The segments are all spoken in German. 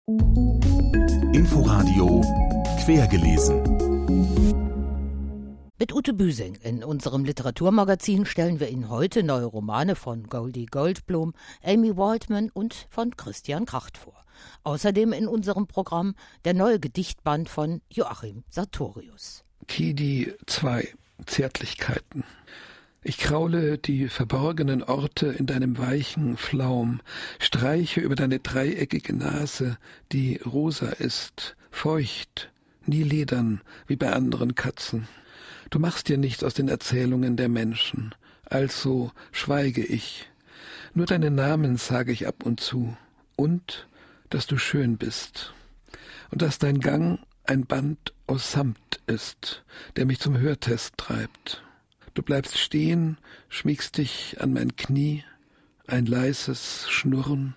Inforadio quergelesen. Mit Ute Büsing in unserem Literaturmagazin stellen wir Ihnen heute neue Romane von Goldie Goldblum, Amy Waldman und von Christian Kracht vor. Außerdem in unserem Programm der neue Gedichtband von Joachim Sartorius. Kidi 2 Zärtlichkeiten. Ich kraule die verborgenen Orte in deinem weichen Flaum, streiche über deine dreieckige Nase, die rosa ist, feucht, nie ledern wie bei anderen Katzen. Du machst dir nichts aus den Erzählungen der Menschen, also schweige ich. Nur deinen Namen sage ich ab und zu und, dass du schön bist und dass dein Gang ein Band aus Samt ist, der mich zum Hörtest treibt. Du bleibst stehen, schmiegst dich an mein Knie, ein leises Schnurren.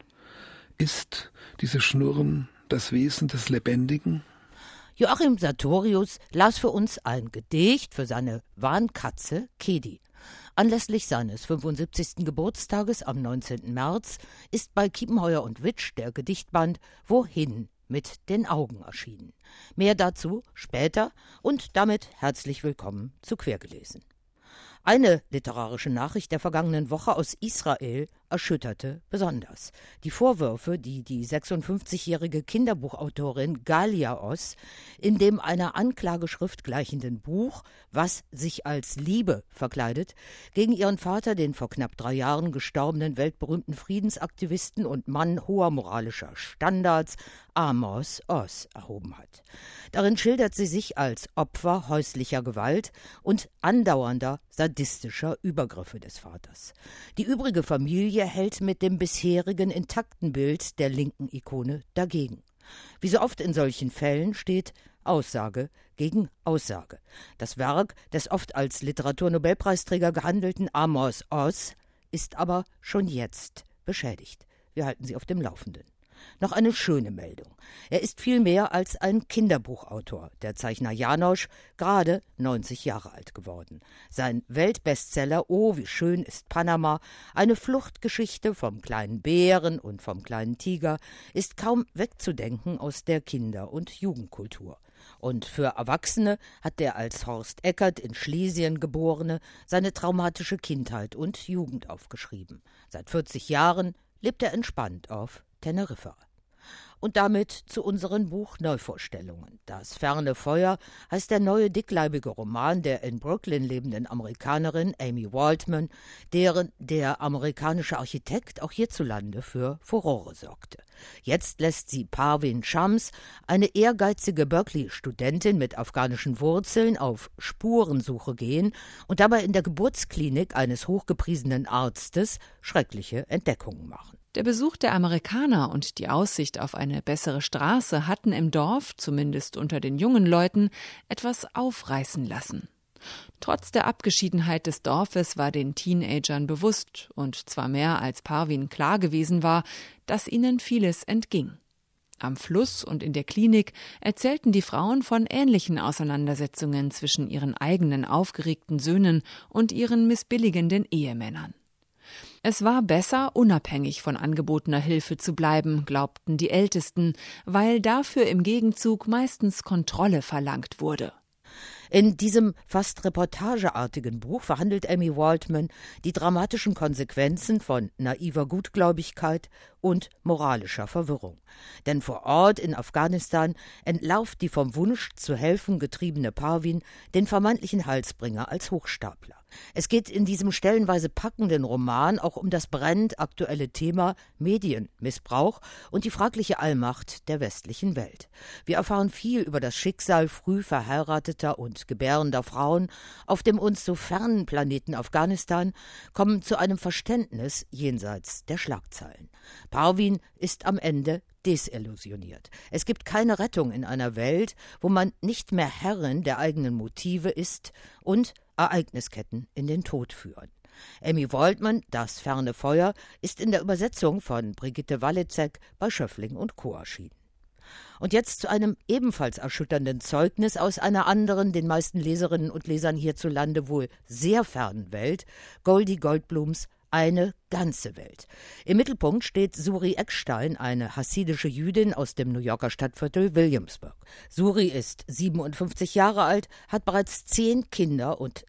Ist dieses Schnurren das Wesen des Lebendigen? Joachim Sartorius las für uns ein Gedicht für seine Wahnkatze Kedi. Anlässlich seines 75. Geburtstages am 19. März ist bei Kiepenheuer und Witsch der Gedichtband Wohin mit den Augen erschienen. Mehr dazu später und damit herzlich willkommen zu Quergelesen. Eine literarische Nachricht der vergangenen Woche aus Israel erschütterte besonders. Die Vorwürfe, die die 56-jährige Kinderbuchautorin Galia Oz in dem einer Anklageschrift gleichenden Buch Was sich als Liebe verkleidet, gegen ihren Vater, den vor knapp 3 Jahren gestorbenen weltberühmten Friedensaktivisten und Mann hoher moralischer Standards, Amos Oz, erhoben hat. Darin schildert sie sich als Opfer häuslicher Gewalt und andauernder sadistischer Übergriffe des Vaters. Die übrige Familie hält mit dem bisherigen intakten Bild der linken Ikone dagegen. Wie so oft in solchen Fällen steht Aussage gegen Aussage. Das Werk des oft als Literaturnobelpreisträger gehandelten Amos Oz ist aber schon jetzt beschädigt. Wir halten Sie auf dem Laufenden. Noch eine schöne Meldung. Er ist viel mehr als ein Kinderbuchautor, der Zeichner Janosch, gerade 90 Jahre alt geworden. Sein Weltbestseller Oh, wie schön ist Panama, eine Fluchtgeschichte vom kleinen Bären und vom kleinen Tiger, ist kaum wegzudenken aus der Kinder- und Jugendkultur. Und für Erwachsene hat der als Horst Eckert in Schlesien geborene seine traumatische Kindheit und Jugend aufgeschrieben. Seit 40 Jahren lebt er entspannt auf Teneriffa. Und damit zu unseren Buchneuvorstellungen. Das ferne Feuer heißt der neue dickleibige Roman der in Brooklyn lebenden Amerikanerin Amy Waldman, deren der amerikanische Architekt auch hierzulande für Furore sorgte. Jetzt lässt sie Parvin Shams, eine ehrgeizige Berkeley-Studentin mit afghanischen Wurzeln, auf Spurensuche gehen und dabei in der Geburtsklinik eines hochgepriesenen Arztes schreckliche Entdeckungen machen. Der Besuch der Amerikaner und die Aussicht auf eine bessere Straße hatten im Dorf, zumindest unter den jungen Leuten, etwas aufreißen lassen. Trotz der Abgeschiedenheit des Dorfes war den Teenagern bewusst, und zwar mehr als Parvin klar gewesen war, dass ihnen vieles entging. Am Fluss und in der Klinik erzählten die Frauen von ähnlichen Auseinandersetzungen zwischen ihren eigenen aufgeregten Söhnen und ihren missbilligenden Ehemännern. Es war besser, unabhängig von angebotener Hilfe zu bleiben, glaubten die Ältesten, weil dafür im Gegenzug meistens Kontrolle verlangt wurde. In diesem fast reportageartigen Buch verhandelt Amy Waldman die dramatischen Konsequenzen von naiver Gutgläubigkeit und moralischer Verwirrung. Denn vor Ort in Afghanistan entlarvt die vom Wunsch zu helfen getriebene Parvin den vermeintlichen Halsbringer als Hochstapler. Es geht in diesem stellenweise packenden Roman auch um das brennend aktuelle Thema Medienmissbrauch und die fragliche Allmacht der westlichen Welt. Wir erfahren viel über das Schicksal früh verheirateter und gebärender Frauen auf dem uns so fernen Planeten Afghanistan, kommen zu einem Verständnis jenseits der Schlagzeilen. Parvin ist am Ende desillusioniert. Es gibt keine Rettung in einer Welt, wo man nicht mehr Herrin der eigenen Motive ist und Ereignisketten in den Tod führen. Amy Waldman, Das ferne Feuer, ist in der Übersetzung von Brigitte Waleczek bei Schöffling und Co. erschienen. Und jetzt zu einem ebenfalls erschütternden Zeugnis aus einer anderen, den meisten Leserinnen und Lesern hierzulande wohl sehr fernen Welt, Goldie Goldblums Eine ganze Welt. Im Mittelpunkt steht Suri Eckstein, eine hassidische Jüdin aus dem New Yorker Stadtviertel Williamsburg. Suri ist 57 Jahre alt, hat bereits 10 Kinder und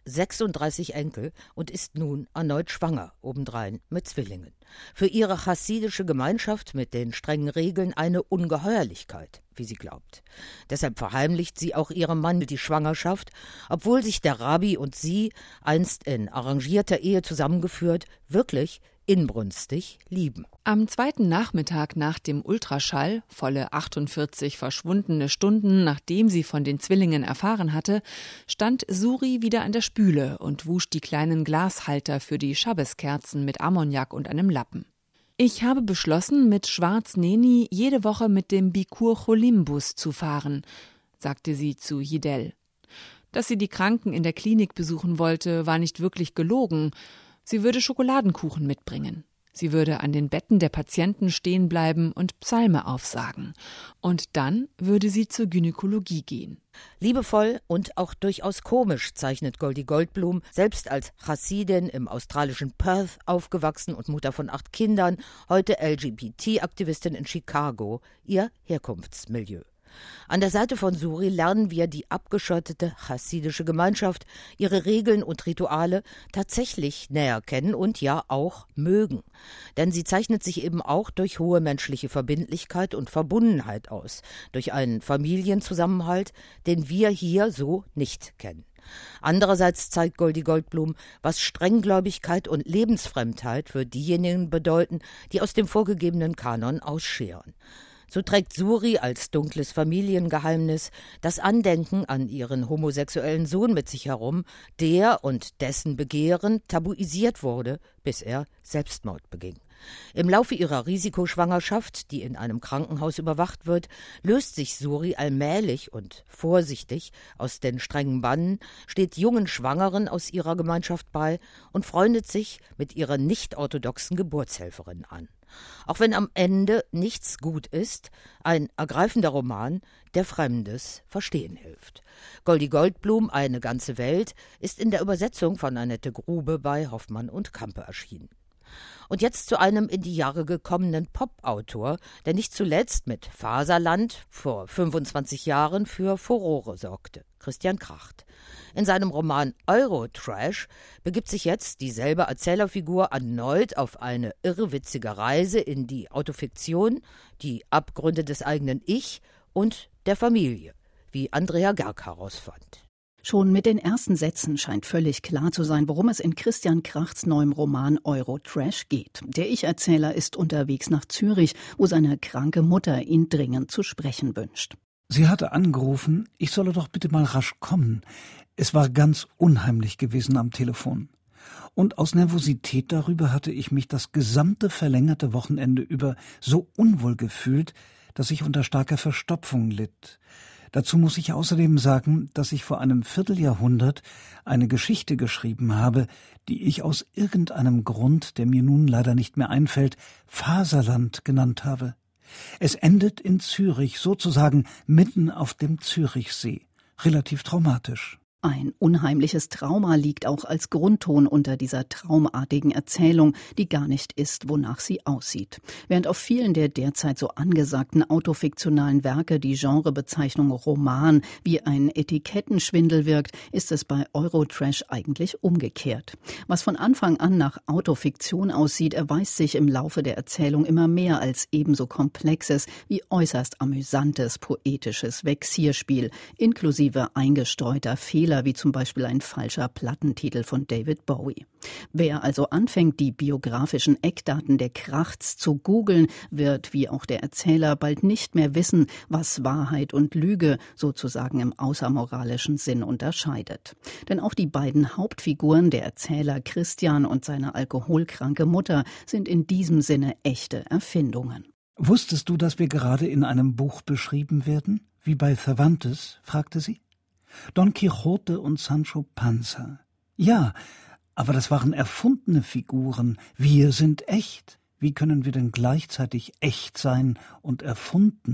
36 Enkel und ist nun erneut schwanger, obendrein mit Zwillingen. Für ihre hassidische Gemeinschaft mit den strengen Regeln eine Ungeheuerlichkeit, wie sie glaubt. Deshalb verheimlicht sie auch ihrem Mann die Schwangerschaft, obwohl sich der Rabbi und sie, einst in arrangierter Ehe zusammengeführt, wirklich inbrünstig lieben. Am zweiten Nachmittag nach dem Ultraschall, volle 48 verschwundene Stunden, nachdem sie von den Zwillingen erfahren hatte, stand Suri wieder an der Spüle und wusch die kleinen Glashalter für die Schabbeskerzen mit Ammoniak und einem Lappen. Ich habe beschlossen, mit Schwarz Neni jede Woche mit dem Bikur Cholim-Bus zu fahren, sagte sie zu Hidel. Dass sie die Kranken in der Klinik besuchen wollte, war nicht wirklich gelogen. Sie würde Schokoladenkuchen mitbringen. Sie würde an den Betten der Patienten stehen bleiben und Psalme aufsagen. Und dann würde sie zur Gynäkologie gehen. Liebevoll und auch durchaus komisch zeichnet Goldie Goldblum, selbst als Chassidin im australischen Perth aufgewachsen und Mutter von 8 Kindern, heute LGBT-Aktivistin in Chicago, ihr Herkunftsmilieu. An der Seite von Suri lernen wir die abgeschottete chassidische Gemeinschaft, ihre Regeln und Rituale tatsächlich näher kennen und ja auch mögen. Denn sie zeichnet sich eben auch durch hohe menschliche Verbindlichkeit und Verbundenheit aus, durch einen Familienzusammenhalt, den wir hier so nicht kennen. Andererseits zeigt Goldie Goldblum, was Strenggläubigkeit und Lebensfremdheit für diejenigen bedeuten, die aus dem vorgegebenen Kanon ausscheren. So trägt Suri als dunkles Familiengeheimnis das Andenken an ihren homosexuellen Sohn mit sich herum, der und dessen Begehren tabuisiert wurde, bis er Selbstmord beging. Im Laufe ihrer Risikoschwangerschaft, die in einem Krankenhaus überwacht wird, löst sich Suri allmählich und vorsichtig aus den strengen Bannen, steht jungen Schwangeren aus ihrer Gemeinschaft bei und freundet sich mit ihrer nicht-orthodoxen Geburtshelferin an. Auch wenn am Ende nichts gut ist, ein ergreifender Roman, der Fremdes verstehen hilft. Goldie Goldblum, Eine ganze Welt, ist in der Übersetzung von Annette Grube bei Hoffmann und Campe erschienen. Und jetzt zu einem in die Jahre gekommenen Pop-Autor, der nicht zuletzt mit Faserland vor 25 Jahren für Furore sorgte, Christian Kracht. In seinem Roman Eurotrash begibt sich jetzt dieselbe Erzählerfigur erneut auf eine irrwitzige Reise in die Autofiktion, die Abgründe des eigenen Ich und der Familie, wie Andrea Gerg herausfand. Schon mit den ersten Sätzen scheint völlig klar zu sein, worum es in Christian Krachts neuem Roman Eurotrash geht. Der Ich-Erzähler ist unterwegs nach Zürich, wo seine kranke Mutter ihn dringend zu sprechen wünscht. Sie hatte angerufen, ich solle doch bitte mal rasch kommen. Es war ganz unheimlich gewesen am Telefon. Und aus Nervosität darüber hatte ich mich das gesamte verlängerte Wochenende über so unwohl gefühlt, dass ich unter starker Verstopfung litt. Dazu muss ich außerdem sagen, dass ich vor einem Vierteljahrhundert eine Geschichte geschrieben habe, die ich aus irgendeinem Grund, der mir nun leider nicht mehr einfällt, Faserland genannt habe. Es endet in Zürich, sozusagen mitten auf dem Zürichsee. Relativ traumatisch. Ein unheimliches Trauma liegt auch als Grundton unter dieser traumartigen Erzählung, die gar nicht ist, wonach sie aussieht. Während auf vielen der derzeit so angesagten autofiktionalen Werke die Genrebezeichnung Roman wie ein Etikettenschwindel wirkt, ist es bei Eurotrash eigentlich umgekehrt. Was von Anfang an nach Autofiktion aussieht, erweist sich im Laufe der Erzählung immer mehr als ebenso komplexes wie äußerst amüsantes poetisches Vexierspiel, inklusive eingestreuter Fehler, wie zum Beispiel ein falscher Plattentitel von David Bowie. Wer also anfängt, die biografischen Eckdaten der Krachts zu googeln, wird, wie auch der Erzähler, bald nicht mehr wissen, was Wahrheit und Lüge sozusagen im außermoralischen Sinn unterscheidet. Denn auch die beiden Hauptfiguren, der Erzähler Christian und seine alkoholkranke Mutter, sind in diesem Sinne echte Erfindungen. Wusstest du, dass wir gerade in einem Buch beschrieben werden? Wie bei Cervantes? Fragte sie. Don Quixote und Sancho Panza. Ja, aber das waren erfundene Figuren. Wir sind echt. Wie können wir denn gleichzeitig echt sein und erfunden?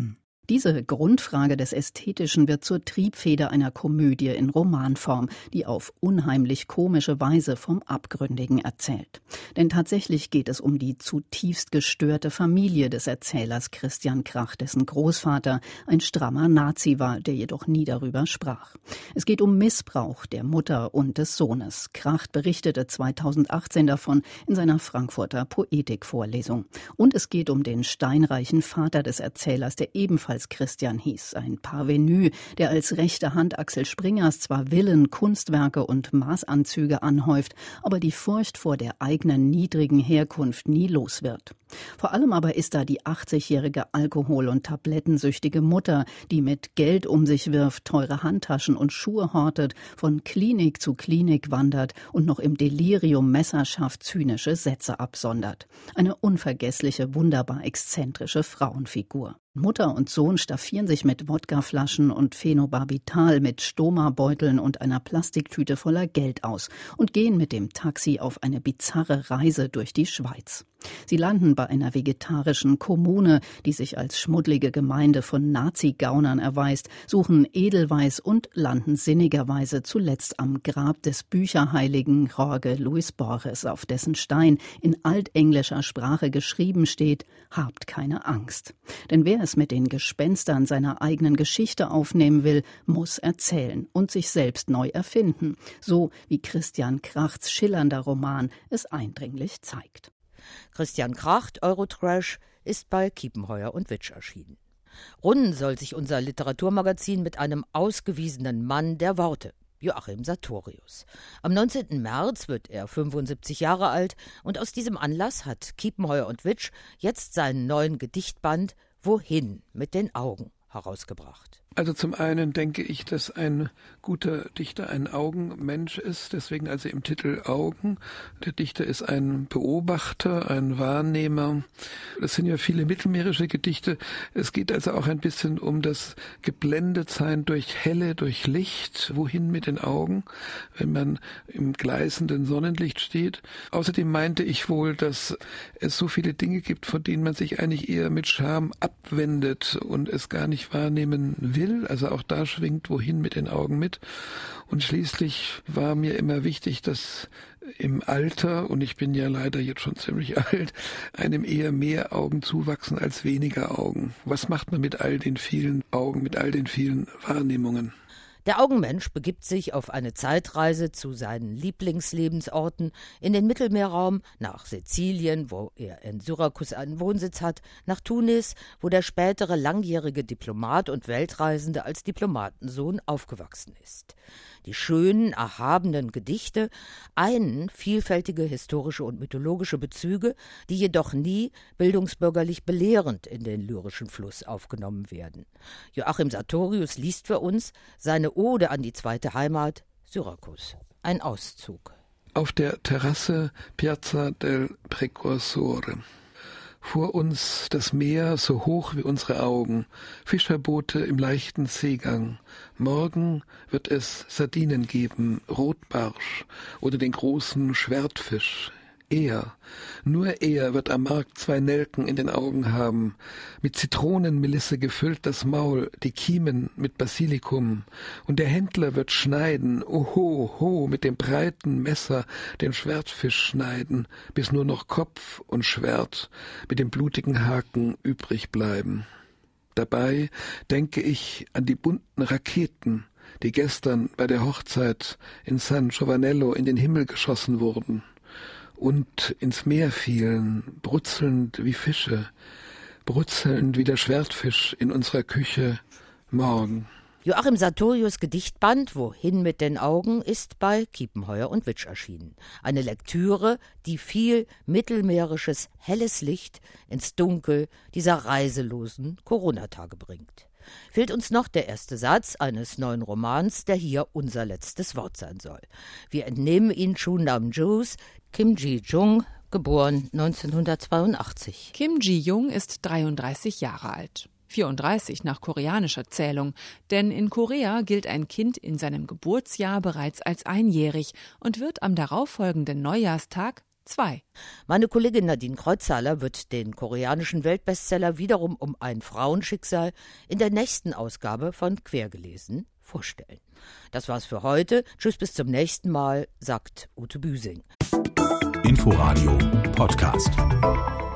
Diese Grundfrage des Ästhetischen wird zur Triebfeder einer Komödie in Romanform, die auf unheimlich komische Weise vom Abgründigen erzählt. Denn tatsächlich geht es um die zutiefst gestörte Familie des Erzählers Christian Krach, dessen Großvater ein strammer Nazi war, der jedoch nie darüber sprach. Es geht um Missbrauch der Mutter und des Sohnes. Krach berichtete 2018 davon in seiner Frankfurter Poetikvorlesung. Und es geht um den steinreichen Vater des Erzählers, der ebenfalls Christian hieß, ein Parvenu, der als rechte Hand Axel Springers zwar Villen, Kunstwerke und Maßanzüge anhäuft, aber die Furcht vor der eigenen niedrigen Herkunft nie los wird. Vor allem aber ist da die 80-jährige Alkohol- und tablettensüchtige Mutter, die mit Geld um sich wirft, teure Handtaschen und Schuhe hortet, von Klinik zu Klinik wandert und noch im Delirium messerscharf zynische Sätze absondert. Eine unvergessliche, wunderbar exzentrische Frauenfigur. Mutter und Sohn staffieren sich mit Wodkaflaschen und Phenobarbital, mit Stoma-Beuteln und einer Plastiktüte voller Geld aus und gehen mit dem Taxi auf eine bizarre Reise durch die Schweiz. Sie landen bei einer vegetarischen Kommune, die sich als schmuddlige Gemeinde von Nazi-Gaunern erweist, suchen Edelweiß und landen sinnigerweise zuletzt am Grab des Bücherheiligen Jorge Luis Borges, auf dessen Stein in altenglischer Sprache geschrieben steht: Habt keine Angst. Denn wer es mit den Gespenstern seiner eigenen Geschichte aufnehmen will, muss erzählen und sich selbst neu erfinden, so wie Christian Krachs schillernder Roman es eindringlich zeigt. Christian Krach, Eurotrash, ist bei Kiepenheuer und Witsch erschienen. Runden soll sich unser Literaturmagazin mit einem ausgewiesenen Mann der Worte, Joachim Sartorius. Am 19. März wird er 75 Jahre alt und aus diesem Anlass hat Kiepenheuer und Witsch jetzt seinen neuen Gedichtband »Wohin mit den Augen« herausgebracht. Also zum einen denke ich, dass ein guter Dichter ein Augenmensch ist, deswegen also im Titel Augen. Der Dichter ist ein Beobachter, ein Wahrnehmer. Das sind ja viele mittelmeerische Gedichte. Es geht also auch ein bisschen um das Geblendetsein durch Helle, durch Licht. Wohin mit den Augen, wenn man im gleißenden Sonnenlicht steht. Außerdem meinte ich wohl, dass es so viele Dinge gibt, von denen man sich eigentlich eher mit Scham abwendet und es gar nicht wahrnehmen will. Also auch da schwingt Wohin mit den Augen mit. Und schließlich war mir immer wichtig, dass im Alter, und ich bin ja leider jetzt schon ziemlich alt, einem eher mehr Augen zuwachsen als weniger Augen. Was macht man mit all den vielen Augen, mit all den vielen Wahrnehmungen? Der Augenmensch begibt sich auf eine Zeitreise zu seinen Lieblingslebensorten in den Mittelmeerraum, nach Sizilien, wo er in Syrakus einen Wohnsitz hat, nach Tunis, wo der spätere langjährige Diplomat und Weltreisende als Diplomatensohn aufgewachsen ist. Die schönen, erhabenen Gedichte einen vielfältige historische und mythologische Bezüge, die jedoch nie bildungsbürgerlich belehrend in den lyrischen Fluss aufgenommen werden. Joachim Sartorius liest für uns seine Ode an die zweite Heimat, Syrakus. Ein Auszug. Auf der Terrasse Piazza del Precursore. Vor uns das Meer so hoch wie unsere Augen, Fischerboote im leichten Seegang. Morgen wird es Sardinen geben, Rotbarsch oder den großen Schwertfisch. Er, nur er wird am Markt 2 Nelken in den Augen haben, mit Zitronenmelisse gefüllt das Maul, die Kiemen mit Basilikum, und der Händler wird schneiden, oho, ho, mit dem breiten Messer den Schwertfisch schneiden, bis nur noch Kopf und Schwert mit dem blutigen Haken übrig bleiben. Dabei denke ich an die bunten Raketen, die gestern bei der Hochzeit in San Giovanello in den Himmel geschossen wurden und ins Meer fielen, brutzelnd wie Fische, brutzelnd wie der Schwertfisch in unserer Küche morgen. Joachim Sartorius' Gedichtband »Wohin mit den Augen« ist bei Kiepenheuer und Witsch erschienen. Eine Lektüre, die viel mittelmeerisches, helles Licht ins Dunkel dieser reiselosen Corona-Tage bringt. Fehlt uns noch der erste Satz eines neuen Romans, der hier unser letztes Wort sein soll. Wir entnehmen ihn Chu Nam-Joos, Kim Ji-jung, geboren 1982. Kim Ji-jung ist 33 Jahre alt. 34 nach koreanischer Zählung, denn in Korea gilt ein Kind in seinem Geburtsjahr bereits als einjährig und wird am darauffolgenden Neujahrstag 2. Meine Kollegin Nadine Kreuzhaler wird den koreanischen Weltbestseller wiederum um ein Frauenschicksal in der nächsten Ausgabe von Quergelesen vorstellen. Das war's für heute. Tschüss, bis zum nächsten Mal, sagt Ute Büsing. Inforadio Podcast.